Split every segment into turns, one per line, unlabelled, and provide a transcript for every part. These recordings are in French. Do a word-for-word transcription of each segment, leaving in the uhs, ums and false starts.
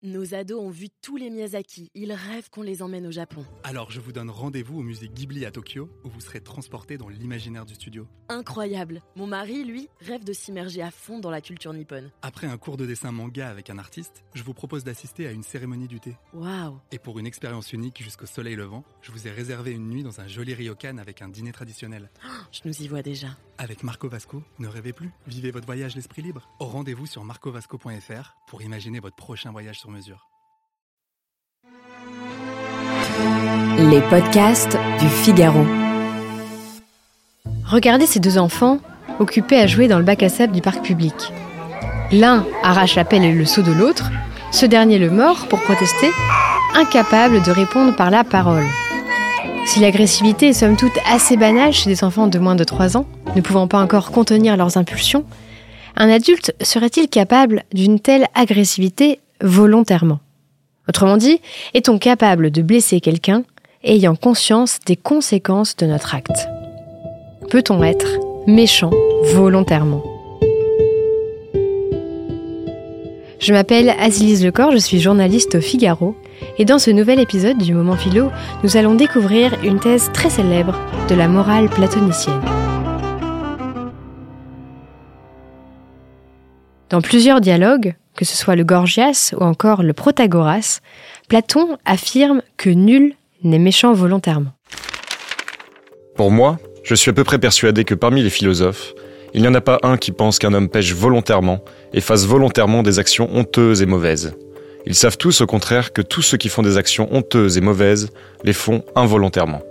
Nos ados ont vu tous les Miyazaki. Ils rêvent qu'on les emmène au Japon.
Alors je vous donne rendez-vous au musée Ghibli à Tokyo, où vous serez transportés dans l'imaginaire du studio.
Incroyable. Mon mari, lui, rêve de s'immerger à fond dans la culture nippone.
Après un cours de dessin manga avec un artiste, je vous propose d'assister à une cérémonie du thé.
Waouh.
Et pour une expérience unique jusqu'au soleil levant, je vous ai réservé une nuit dans un joli ryokan avec un dîner traditionnel.
Oh, je nous y vois déjà.
Avec Marco Vasco, ne rêvez plus, vivez votre voyage l'esprit libre. Au rendez-vous sur marco vasco point f r pour imaginer votre prochain voyage sur mesure.
Les podcasts du Figaro. Regardez ces deux enfants, occupés à jouer dans le bac à sable du parc public. L'un arrache la pelle et le seau de l'autre, ce dernier le mord pour protester, incapable de répondre par la parole. Si l'agressivité est somme toute assez banale chez des enfants de moins de trois ans, ne pouvant pas encore contenir leurs impulsions, un adulte serait-il capable d'une telle agressivité volontairement ? Autrement dit, est-on capable de blesser quelqu'un ayant conscience des conséquences de notre acte ? Peut-on être méchant volontairement ? Je m'appelle Azilise Lecor, je suis journaliste au Figaro, et dans ce nouvel épisode du Moment Philo, nous allons découvrir une thèse très célèbre de la morale platonicienne. Dans plusieurs dialogues, que ce soit le Gorgias ou encore le Protagoras, Platon affirme que nul n'est méchant volontairement.
Pour moi, je suis à peu près persuadé que parmi les philosophes, il n'y en a pas un qui pense qu'un homme pêche volontairement et fasse volontairement des actions honteuses et mauvaises. Ils savent tous au contraire que tous ceux qui font des actions honteuses et mauvaises les font involontairement.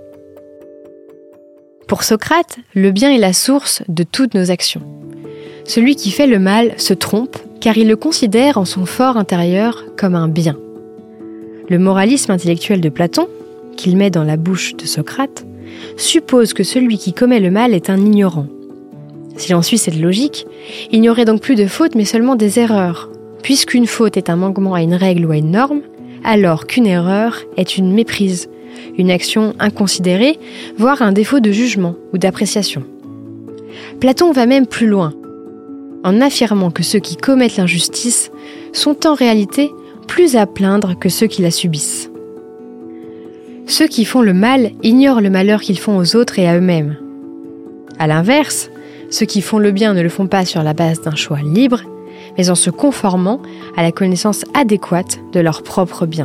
Pour Socrate, le bien est la source de toutes nos actions. Celui qui fait le mal se trompe car il le considère en son fort intérieur comme un bien. Le moralisme intellectuel de Platon, qu'il met dans la bouche de Socrate, suppose que celui qui commet le mal est un ignorant. Si l'on suit cette logique, il n'y aurait donc plus de fautes mais seulement des erreurs. Puisqu'une faute est un manquement à une règle ou à une norme, alors qu'une erreur est une méprise, une action inconsidérée, voire un défaut de jugement ou d'appréciation. Platon va même plus loin, en affirmant que ceux qui commettent l'injustice sont en réalité plus à plaindre que ceux qui la subissent. Ceux qui font le mal ignorent le malheur qu'ils font aux autres et à eux-mêmes. À l'inverse, ceux qui font le bien ne le font pas sur la base d'un choix libre, mais en se conformant à la connaissance adéquate de leur propre bien.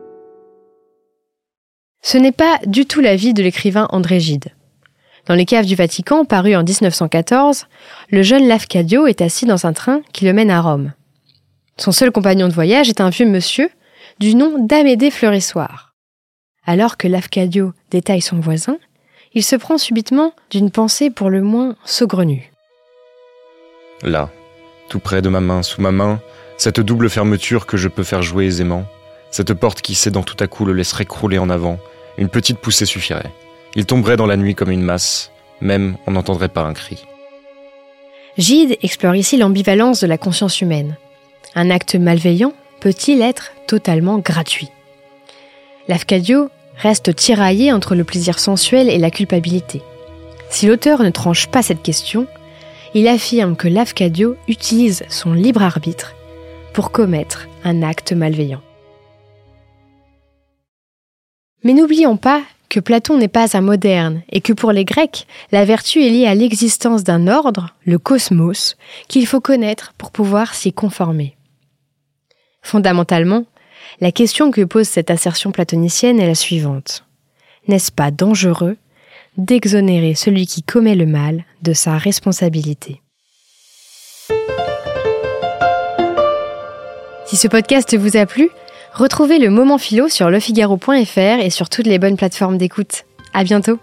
Ce n'est pas du tout l'avis de l'écrivain André Gide. Dans les caves du Vatican, paru en dix-neuf cent quatorze, le jeune Lafcadio est assis dans un train qui le mène à Rome. Son seul compagnon de voyage est un vieux monsieur du nom d'Amédée Fleuressoir. Alors que Lafcadio détaille son voisin, il se prend subitement d'une pensée pour le moins saugrenue.
Là, tout près de ma main, sous ma main, cette double fermeture que je peux faire jouer aisément, cette porte qui cédant tout à coup le laisserait crouler en avant, une petite poussée suffirait. Il tomberait dans la nuit comme une masse, même on n'entendrait pas un cri.
Gide explore ici l'ambivalence de la conscience humaine. Un acte malveillant peut-il être totalement gratuit ? Lafcadio reste tiraillé entre le plaisir sensuel et la culpabilité. Si l'auteur ne tranche pas cette question, il affirme que Lafcadio utilise son libre arbitre pour commettre un acte malveillant. Mais n'oublions pas que Platon n'est pas un moderne et que pour les Grecs, la vertu est liée à l'existence d'un ordre, le cosmos, qu'il faut connaître pour pouvoir s'y conformer. Fondamentalement, la question que pose cette assertion platonicienne est la suivante. N'est-ce pas dangereux d'exonérer celui qui commet le mal de sa responsabilité ? Si ce podcast vous a plu, retrouvez le Moment Philo sur lefigaro point f r et sur toutes les bonnes plateformes d'écoute. À bientôt!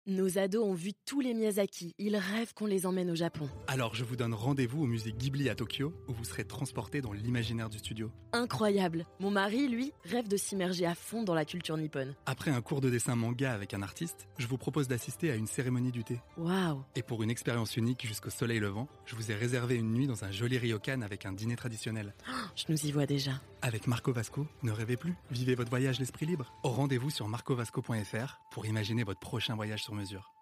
Nos ados ont vu tous les Miyazaki. Ils rêvent qu'on les emmène au Japon.
Alors je vous donne rendez-vous au musée Ghibli à Tokyo, où vous serez transportés dans l'imaginaire du studio.
Incroyable. Mon mari, lui, rêve de s'immerger à fond dans la culture nippone.
Après un cours de dessin manga avec un artiste, je vous propose d'assister à une cérémonie du thé.
Waouh.
Et pour une expérience unique jusqu'au soleil levant, je vous ai réservé une nuit dans un joli ryokan avec un dîner traditionnel.
Je nous y vois déjà.
Avec Marco Vasco, ne rêvez plus, vivez votre voyage l'esprit libre. Au rendez-vous sur marco vasco point f r pour imaginer votre prochain voyage sur mesure.